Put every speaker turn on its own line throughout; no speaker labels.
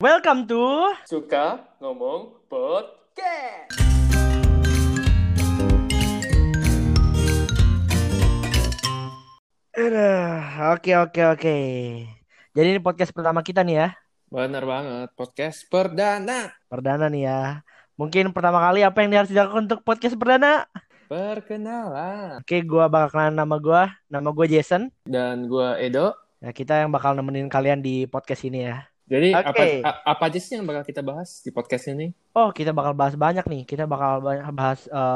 Welcome to
Suka ngomong podcast.
oke. Jadi ini podcast pertama kita nih ya.
Bener banget, podcast perdana.
Perdana nih ya. Mungkin pertama kali apa yang harus dilakukan untuk podcast perdana?
Perkenalan.
Oke, gua bakal kenalin nama gua. Nama gua Jason.
Dan gua Edo.
Ya, kita yang bakal nemenin kalian di podcast ini ya.
Jadi
Oke.
apa aja sih yang bakal kita bahas di podcast ini?
Oh, kita bakal bahas banyak nih. Kita bakal bahas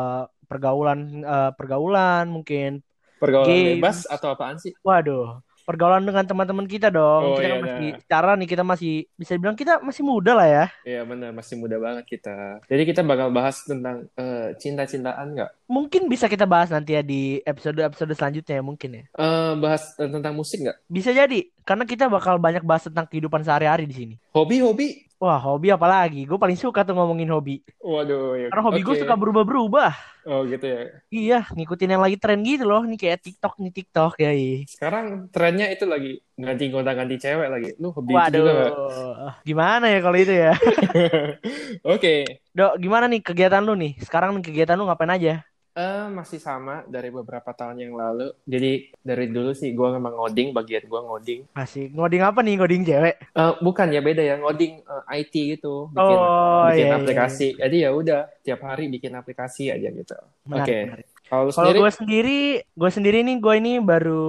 pergaulan mungkin
Pergaulan bebas
game.
atau apaan sih?
Waduh, pergaulan dengan teman-teman kita dong.
Oh
Kita
iya
kan masih,
dah.
secara nih kita masih bisa bilang kita masih muda lah ya.
Iya bener, masih muda banget kita. Jadi kita bakal bahas tentang cinta-cintaan nggak?
Mungkin bisa kita bahas nanti ya di episode-episode selanjutnya ya mungkin ya.
Bahas tentang musik nggak?
Bisa jadi, karena kita bakal banyak bahas tentang kehidupan sehari-hari di sini.
Hobi-hobi?
Wah, hobi apa lagi? Gue paling suka tuh ngomongin hobi.
Waduh, ya.
Karena hobi gue
Oke.
suka berubah-berubah.
Oh gitu ya.
Iya, ngikutin yang lagi tren gitu loh. Nih kayak TikTok ya.
Sekarang trennya itu lagi ganti gonta-ganti cewek lagi. Lu hobi itu juga nggak?
Waduh, gimana ya kalau itu ya?
Oke.
Dok, gimana nih kegiatan lu nih? Sekarang nih kegiatan lu ngapain aja?
Masih sama dari beberapa tahun yang lalu. Jadi dari dulu sih gue memang ngoding, bagian gue ngoding.
Asik. Ngoding apa nih? Ngoding cewek?
Bukan ya beda ya, ngoding IT gitu, bikin
Oh,
bikin
iya, iya, iya.
aplikasi. Jadi ya udah tiap hari bikin aplikasi aja gitu.
Menarik,
Oke.
menarik.
Kalau lu
Kalau
sendiri?
gue sendiri nih, gue ini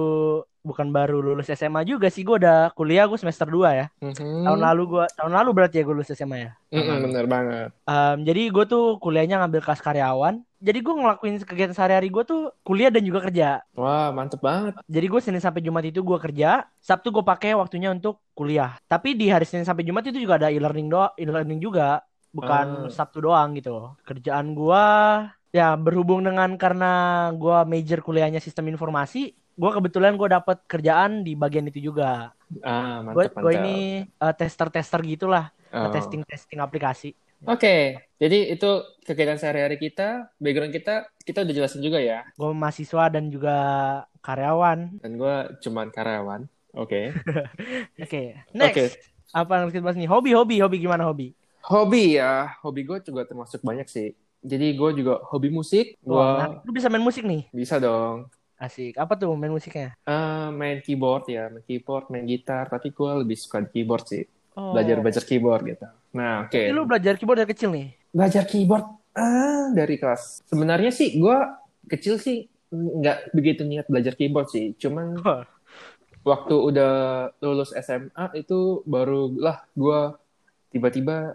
bukan baru lulus SMA juga sih, gue udah kuliah, gue semester 2 ya.
Mhm.
Tahun lalu berarti ya gue lulus SMA ya, tahun
Mm-mm,
lalu.
bener banget.
Jadi gue tuh kuliahnya ngambil kelas karyawan. Jadi gue ngelakuin kegiatan sehari-hari gue tuh kuliah dan juga kerja.
Wah, mantep banget.
Jadi gue Senin sampai Jumat itu gue kerja, Sabtu gue pakai waktunya untuk kuliah. Tapi di hari Senin sampai Jumat itu juga ada e-learning juga, bukan
Ah,
Sabtu doang gitu. Kerjaan gue ya berhubung dengan karena gue major kuliahnya sistem informasi, gue kebetulan gue dapat kerjaan di bagian itu juga. Gue
mantep,
gue ini
mantep.
tester-tester gitulah,
Oh.
testing-testing aplikasi.
Oke, jadi itu kegiatan sehari-hari kita, background kita udah jelasin juga ya.
Gue mahasiswa dan juga karyawan.
Dan gue cuman karyawan. Oke.
Oke,
Oke.
next. Apa yang harus kita bahas nih? Hobi gimana hobi?
Hobi ya, hobi gue juga termasuk banyak sih. Jadi gue juga hobi musik,
Wah,
gue
menarik. Lu bisa main musik nih?
bisa dong.
Asik. Apa tuh main musiknya?
Main keyboard ya, main keyboard, main gitar. Tapi gue lebih suka di keyboard sih. Belajar
Oh,
belajar keyboard gitu. Nah, oke.
berarti lu belajar keyboard dari kecil nih?
Belajar keyboard dari kelas. Sebenarnya sih gue kecil sih nggak begitu niat belajar keyboard sih. Cuman
Wah,
waktu udah lulus SMA itu baru lah gue tiba-tiba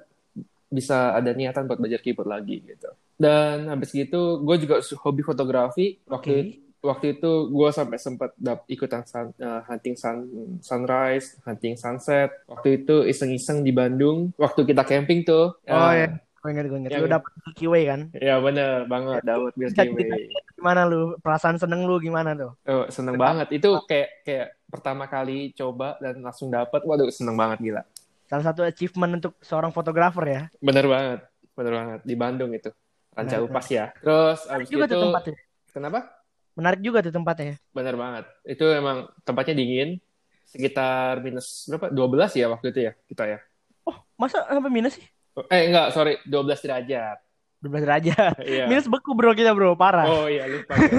bisa ada niatan buat belajar keyboard lagi gitu. Dan habis gitu gue juga hobi fotografi.
oke.
Waktu itu gue sampai sempat ikutan hunting sunrise, hunting sunset. Waktu itu iseng-iseng di Bandung. Waktu kita camping tuh,
Oh ya, gue inget. Lu
yang
dapet Milky Way kan?
ya bener banget
Ya.
Daud
Bisa
Milky Way.
ceritain gimana lu? Perasaan seneng lu gimana tuh?
Oh, seneng banget. Itu kayak pertama kali coba dan langsung dapet. Waduh, seneng banget gila.
Salah satu achievement untuk seorang fotografer ya.
Bener banget, bener banget di Bandung itu. Ranca
Menarik,
Upas
menarik.
ya. Terus
Menarik
abis
juga
gitu,
tuh tempatnya.
kenapa?
Menarik juga tuh tempatnya.
Bener banget. Itu emang tempatnya dingin. Sekitar minus berapa? 12 ya waktu itu ya kita ya.
Oh, masa sampai minus sih?
Enggak, sorry. 12 derajat.
12 derajat.
Iya.
Minus beku bro kita bro, parah.
Oh iya, lupa gue.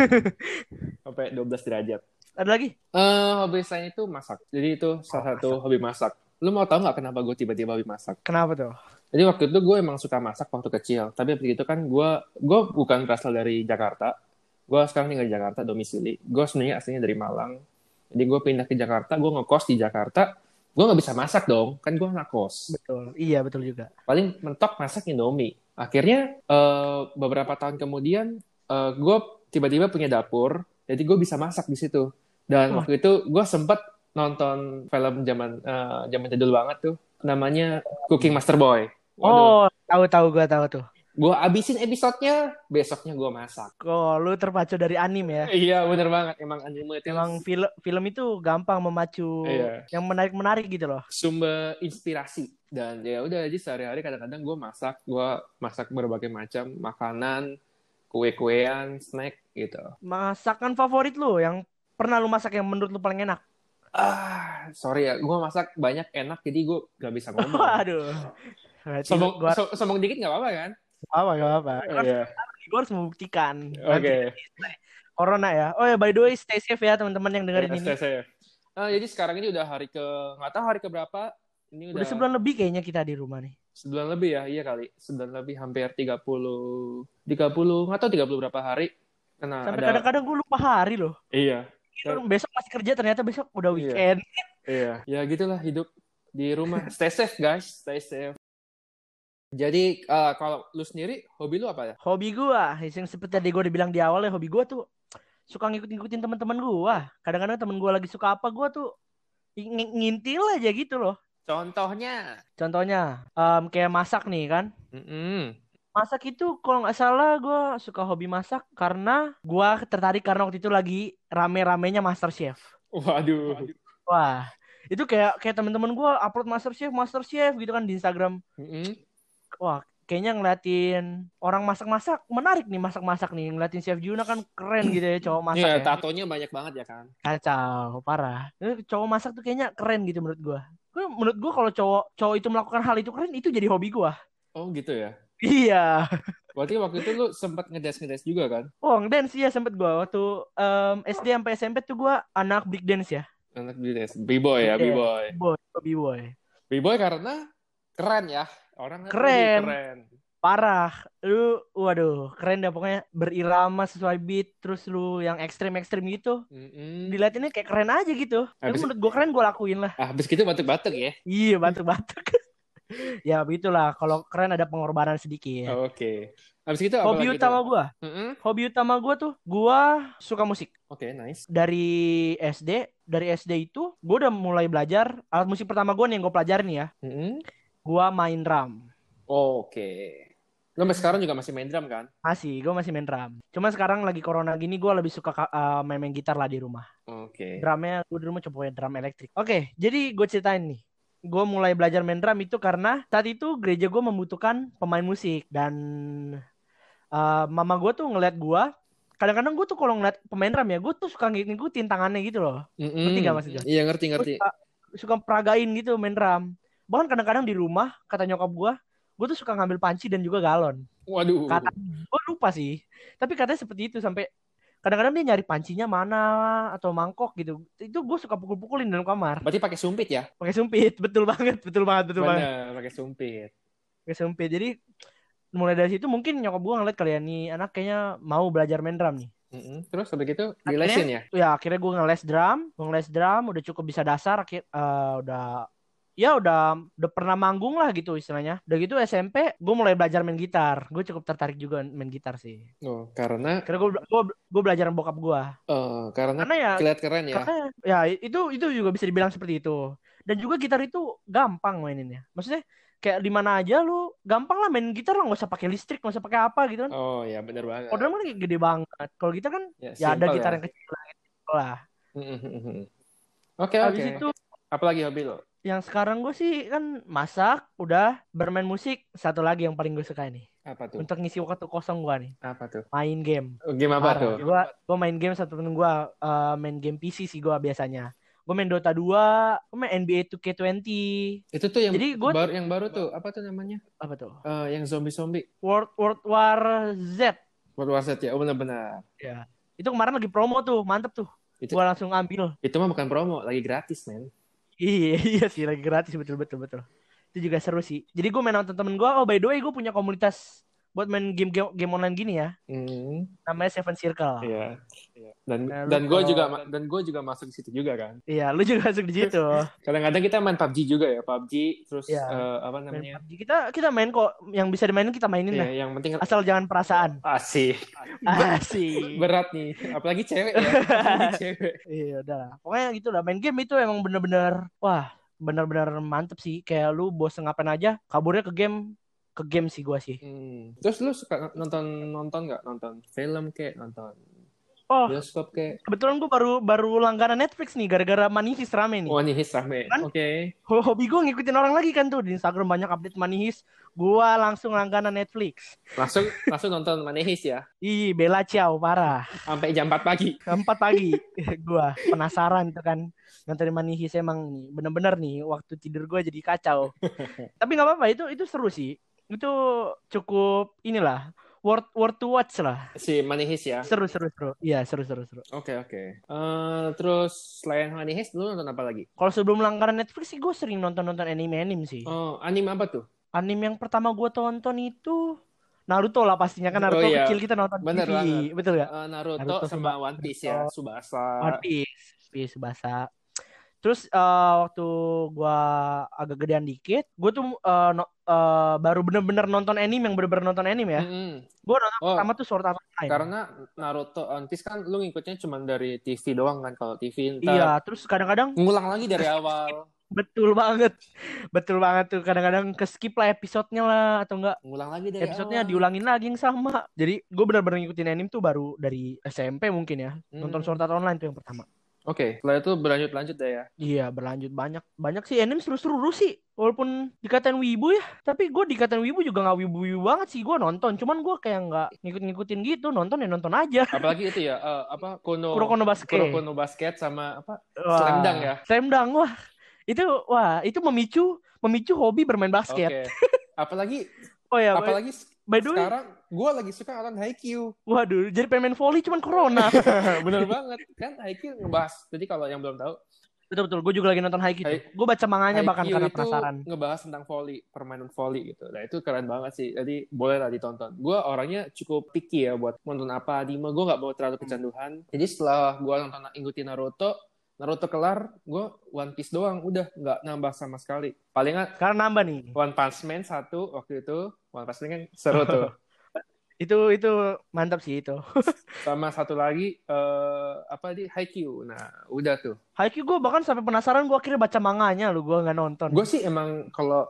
Sampai 12 derajat.
Ada lagi?
Hobi saya itu masak. Jadi itu
Oh,
salah satu
masak.
hobi masak. Lu mau tahu nggak kenapa gue tiba-tiba hobi masak?
Kenapa tuh?
Jadi waktu itu gue emang suka masak waktu kecil. Tapi begitu kan gue bukan berasal dari Jakarta. Gue sekarang tinggal di Jakarta domisili. Gue sebenarnya aslinya dari Malang. Jadi gue pindah ke Jakarta. Gue ngekos di Jakarta. Gue nggak bisa masak dong. Kan gue anak kos.
Betul. Iya, betul juga.
Paling mentok masak Indomie. Akhirnya beberapa tahun kemudian gue tiba-tiba punya dapur. Jadi gue bisa masak di situ. Dan
Wah,
waktu itu gue sempat nonton film zaman jadul banget tuh. Namanya Cooking Master Boy. Waduh,
oh, tahu tuh.
gue abisin episodenya, besoknya gue masak.
Oh, lu terpacu dari anime ya.
Iya, bener banget. Emang anime itu
Emang film itu gampang memacu
iya,
yang menarik-menarik gitu loh.
sumber inspirasi. Dan ya udah aja sehari-hari kadang-kadang gue masak berbagai macam makanan, kue-kuean, snack gitu.
Masakan favorit lu yang pernah lu masak yang menurut lu paling enak?
Sorry ya, gue masak banyak enak jadi gue gak bisa ngomong.
Waduh. Berarti
Sombong,
gua
sombong dikit gak apa-apa kan?
apa gak apa.
Iya.
Gue harus membuktikan. Nanti
Oke.
corona ya. Oh ya, by the way, stay safe ya teman-teman yang
Ya,
dengerin ini.
stay safe. Jadi sekarang ini udah hari ke, nggak tahu hari ke berapa. Ini
Udah
udah
sebulan lebih kayaknya kita di rumah nih.
sebulan lebih ya, iya kali. Sebulan lebih, hampir 30, nggak tahu 30 berapa hari. Karena
Sampai
ada,
kadang-kadang gue lupa hari loh.
iya.
Besok masih kerja, ternyata besok udah
Iya,
weekend.
iya. Ya gitulah hidup di rumah. Stay safe guys, stay safe. Jadi kalau lu sendiri, hobi lu apa ya?
Hobi gue, yang seperti tadi gue udah bilang di awal ya, hobi gue tuh suka ngikut-ngikutin teman-teman gue. Kadang-kadang temen gue lagi suka apa, gue tuh ngintil aja gitu loh.
Contohnya?
Contohnya, kayak masak nih kan.
Mm-mm.
Masak itu kalau nggak salah gue suka hobi masak karena gue tertarik karena waktu itu lagi rame-ramenya MasterChef.
Waduh.
Wah, itu kayak kayak teman-teman gue upload MasterChef gitu kan di Instagram.
Mm-mm.
Wah, kayaknya ngeliatin orang masak-masak menarik nih, masak-masak nih. Ngeliatin Chef Juna kan keren gitu ya, cowok masak
Iya,
ya.
tatonya banyak banget ya kan?
Kacau, parah. Cowok masak tuh kayaknya keren gitu menurut gua. Menurut gua kalau cowok cowok itu melakukan hal itu keren, itu jadi hobi gua.
Oh gitu ya.
Iya.
Berarti waktu itu lu sempat ngedes juga kan?
Oh, dance ya sempet gua waktu SD sampai SMP tuh gua anak big dance ya.
Anak ngedes. B-boy
Big
ya,
dance.
B-boy.
Boy, B-boy.
B-boy karena keren ya. Orang lihat, waduh
Keren,
keren.
parah. Lu waduh, keren dah pokoknya berirama sesuai beat terus lu yang ekstrim-ekstrim gitu.
Mm-mm.
Dilihatinnya kayak keren aja gitu. Tapi
Habis,
menurut gue keren gue lakuin lah.
habis gitu batuk-batuk ya.
Iya batuk-batuk. Ya begitulah. Kalau keren ada pengorbanan sedikit.
Oke. Habis gitu apa
Hobi
lagi tuh?
utama gue.
Mm-mm.
Hobi utama gue tuh. Gue suka musik.
Oke, nice.
Dari SD. Dari SD itu gue udah mulai belajar. Alat musik pertama gue nih yang gue pelajarin ya.
Mm-mm.
Gue main drum.
Oke. Lu sampai sekarang juga masih main drum kan?
Gue masih main drum. Cuma sekarang lagi corona gini gue lebih suka main-main gitar lah di rumah.
Oke.
Drumnya gue di rumah coba ya drum elektrik. Oke, jadi gue ceritain nih. Gue mulai belajar main drum itu karena saat itu gereja gue membutuhkan pemain musik dan mama gue tuh ngeliat gue. Kadang-kadang gue tuh kalau ngeliat pemain drum ya, gue tuh suka ngikutin tangannya gitu loh. Ngerti gak
Mm-mm.
maksudnya?
Iya, ngerti
Gue
ngerti.
suka peragain gitu main drum. Bahkan kadang-kadang di rumah kata nyokap gue tuh suka ngambil panci dan juga galon.
Waduh.
Kata gue lupa sih, tapi katanya seperti itu sampai kadang-kadang dia nyari pancinya mana atau mangkok gitu. Itu gue suka pukul-pukulin dalam kamar.
Berarti pakai sumpit ya?
Pakai sumpit, betul banget, betul banget, betul banget.
Bener, pakai sumpit.
Pakai sumpit. Jadi mulai dari situ mungkin nyokap gue ngeliat kali ya nih anak kayaknya mau belajar main drum nih.
Mm-mm. Terus habis gitu
Akhirnya,
dilesin ya?
akhirnya gue ngeles drum, udah cukup bisa dasar, udah ya udah pernah manggung lah gitu istilahnya. Udah gitu SMP gue mulai belajar main gitar. Gue cukup tertarik juga main gitar sih.
Oh, karena
Karena gue belajar sama bokap gue.
karena
Karena ya
kelihatan keren ya.
karena ya itu juga bisa dibilang seperti itu. Dan juga gitar itu gampang maininnya. Maksudnya kayak di mana aja lu gampang lah main gitar lah, nggak usah pakai listrik, nggak usah pakai apa gitu kan.
Oh ya, bener banget.
Modal kan kayak gede banget. Kalau gitar kan
Ya,
ya ada
simpel
gitar
ya.
yang kecil lah gitu lah.
Mm-mm. Oke, oke.
Habis itu
Apalagi hobi lo?
yang sekarang gue sih kan masak, udah bermain musik. Satu lagi yang paling gue suka nih.
Apa tuh?
Untuk ngisi waktu kosong gue nih.
Apa tuh?
Main game.
Game apa tuh?
Parah. Gue main game satu temen gue main game PC sih gue biasanya. Gue main Dota 2, gue main NBA 2K20.
Itu tuh yang
Jadi gue
baru tuh, apa tuh namanya?
apa tuh?
Yang zombie-zombie.
World War Z.
World War Z ya, oh benar-benar.
Ya. Itu kemarin lagi promo tuh, mantep tuh.
Itu
Gue langsung ambil.
itu mah bukan promo, lagi gratis, men.
Iya, iya sih lagi gratis betul. Itu juga seru sih. Jadi gue main nonton temen gue. Oh by the way gue punya komunitas buat main game online gini ya.
Hmm,
Namanya Seven Circle.
iya. Dan
Nah,
dan
lu
gue
kalau-
juga masuk di situ juga kan.
Iya, lu juga masuk di situ.
Kadang-kadang kita main PUBG juga ya, PUBG terus
Iya.
apa
Main
namanya?
PUBG. Kita main kok. Yang bisa dimainin kita mainin
Iya,
lah.
yang penting
Asal jangan perasaan.
asik.
Asik.
Berat nih, apalagi cewek ya. Apalagi cewek.
Iya udah lah. Pokoknya gitu lah. Main game itu emang bener-bener. Wah bener-bener mantep sih. Kayak lu bosen ngapain aja. Kaburnya ke game. Ke game sih gua sih.
Terus lu suka nonton nggak? Nonton film kayak nonton
Oh,
bioskop kayak.
kebetulan gue baru langganan Netflix nih gara-gara Money Heist rame nih.
Oh, ini hits rame.
Kan
Oke.
hobi gue ngikutin orang lagi kan tuh di Instagram banyak update Money Heist. Gue langsung langganan Netflix.
Langsung langsung nonton Manehis ya.
Ih, Bella Ciao parah.
Sampai jam 4 pagi.
4 pagi gue penasaran tuh kan nonton Money Heist emang nih bener-bener nih waktu tidur gue jadi kacau. Tapi nggak apa-apa itu seru sih. Itu cukup inilah worth worth to watch lah.
Si Manehis ya.
Seru seru seru. Iya seru seru seru.
Oke. Terus selain Manehis lu nonton apa lagi?
Kalau sebelum langganan Netflix sih gue sering nonton anime sih.
Oh, anime apa tuh?
Anime yang pertama gue tonton itu Naruto lah pastinya kan
Oh
Naruto
iya,
kecil kita nonton
bener
TV,
banget.
betul gak?
Naruto
Naruto
sama One Piece ya,
One
Tsubasa.
Piece, Tsubasa. Terus waktu gua agak gedean dikit, gua tuh baru bener-bener nonton anime yang bener-bener nonton anime ya.
Mm-mm.
Gua nonton
Oh,
pertama tuh Sword Art Online.
karena Naruto One Piece kan lu ngikutnya cuma dari TV doang kan. Kalau TV
Iya,
ntar
terus kadang-kadang
ngulang lagi dari awal.
betul banget. Betul banget tuh kadang-kadang ke skip lah episodenya lah atau enggak
Ngulang lagi dari
episodenya
awal.
diulangin lagi yang sama. Jadi gue benar-benar ngikutin anime tuh baru dari SMP mungkin ya. Nonton Sword Art Online tuh yang pertama.
Oke, setelah itu berlanjut deh ya.
Iya berlanjut banyak sih anime seru-seru sih walaupun dikatain wibu ya tapi gue dikatain wibu juga nggak wibu-wibu banget sih gue nonton cuman gue kayak nggak ngikut-ngikutin gitu nonton ya nonton aja.
Apalagi itu ya,
Kuroko no Basket.
Kuroko no Basket sama Slam
Wah,
Dunk ya.
Slam Dunk itu memicu hobi bermain basket.
Oke. Apalagi
Oh ya by the way
sekarang gue lagi suka nonton Haikyuu.
waduh jadi pengen main volley cuman corona.
Bener banget kan Haikyuu ngebahas. Jadi kalau yang belum tahu,
betul gue juga lagi nonton Haikyuu. Gue baca manganya bahkan
Haikyuu
karena
itu
penasaran.
ngebahas tentang volley, permainan volley gitu. Nah itu keren banget sih. Jadi boleh lah ditonton. Gue orangnya cukup picky ya buat nonton apa anime. Gue nggak mau terlalu kecanduan. Jadi setelah gue ngikutin Naruto kelar, gue One Piece doang, udah nggak nambah sama sekali. Palingan
Sekarang nambah nih.
One Punch Man 1 waktu itu, One Punch Man kan seru tuh.
itu mantap sih itu.
Sama satu lagi Haikyuu. Nah, udah tuh.
Haikyuu gue bahkan sampai penasaran gue akhirnya baca manganya lu gue nggak nonton.
Gue sih emang kalau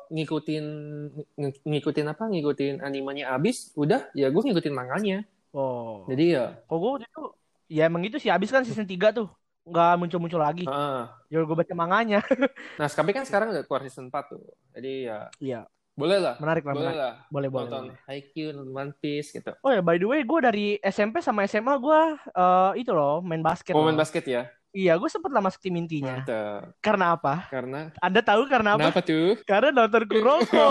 ngikutin animenya abis, udah ya gue ngikutin manganya.
Oh.
Jadi ya.
Kok gue itu ya emang itu sih abis kan season 3 tuh nggak muncul lagi. Ya gue baca manganya.
Nah, tapi kan sekarang udah keluar season 4 tuh. Jadi ya.
Iya.
Boleh lah.
Menarik. Boleh.
Nonton Haikyuu, nonton One Piece gitu.
Oh ya, by the way, gue dari SMP sama SMA gue itu loh main basket.
Main basket ya?
Iya, gue sempet lah masuk tim intinya.
Mantap.
Karena apa?
Karena?
Anda tahu karena apa?
Kenapa tuh?
Karena nonton Kuroko.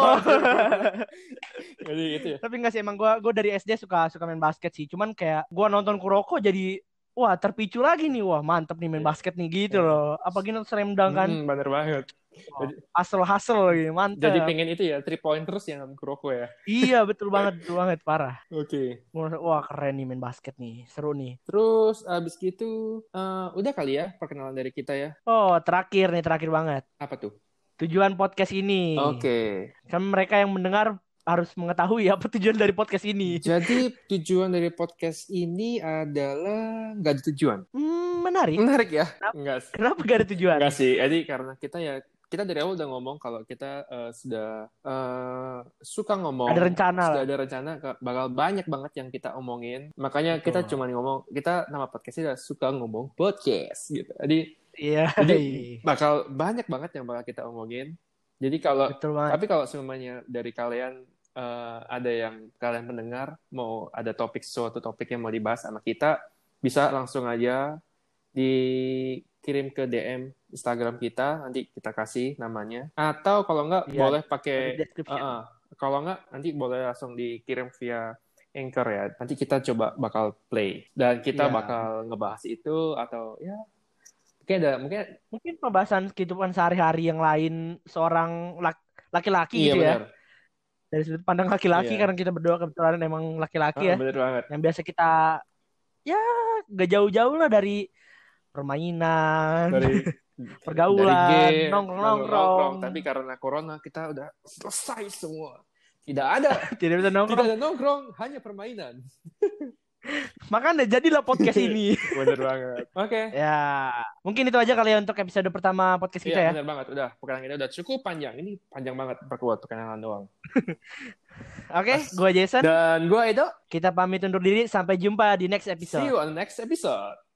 Jadi gitu ya?
Tapi nggak sih, emang gue dari SD suka main basket sih. Cuman kayak gue nonton Kuroko jadi wah terpicu lagi nih, wah mantep nih main basket nih gitu loh. Apalagi nonton Slam Dunk kan?
Bener banget.
Hustle gitu, mantep.
Jadi pengen itu ya 3 pointers yang Kuroko ya.
Iya betul banget parah.
Oke.
Wah keren nih main basket nih, seru nih.
Terus abis gitu udah kali ya perkenalan dari kita ya.
Oh terakhir banget.
Apa tuh?
Tujuan podcast ini.
Oke.
Kan mereka yang mendengar harus mengetahui apa tujuan dari podcast ini.
Jadi tujuan dari podcast ini adalah nggak ada tujuan.
Menarik
ya? Enggak.
Kenapa gak ada tujuan?
Enggak sih. Jadi karena kita dari awal udah ngomong kalau kita sudah suka ngomong.
Ada rencana
sudah
lah.
ada rencana bakal banyak banget yang kita omongin. Makanya kita cuma ngomong, kita nama podcastnya suka ngomong podcast gitu. Jadi bakal banyak banget yang bakal kita omongin. Jadi tapi kalau semuanya dari kalian ada yang kalian mendengar mau ada suatu topik yang mau dibahas sama kita, bisa langsung aja dikirim ke DM Instagram kita, nanti kita kasih namanya. Atau kalau enggak boleh pakai kalau enggak nanti boleh langsung dikirim via Anchor ya. Nanti kita coba bakal play dan kita bakal ngebahas itu atau ya mungkin
pembahasan kehidupan sehari-hari yang lain seorang laki-laki gitu ya. Dari sudut pandang laki-laki karena kita berdua kebetulan emang laki-laki ya.
Bener banget.
Yang biasa kita ya gak jauh-jauh lah dari permainan, dari pergaulan, nongkrong.
Tapi karena corona kita udah selesai semua. Tidak ada
tidak bisa nongkrong.
Tidak ada nongkrong, hanya permainan.
Makanya jadilah podcast ini.
Bener banget. Oke.
Ya, mungkin itu aja kali ya untuk episode pertama podcast
Iya,
kita ya.
bener banget. Udah, perkenalan kita udah cukup panjang. Ini panjang banget perkuat perkenalan doang.
Oke, gue Jason.
Dan gue Edo.
Kita pamit undur diri. Sampai jumpa di next
See
episode.
you on the next episode.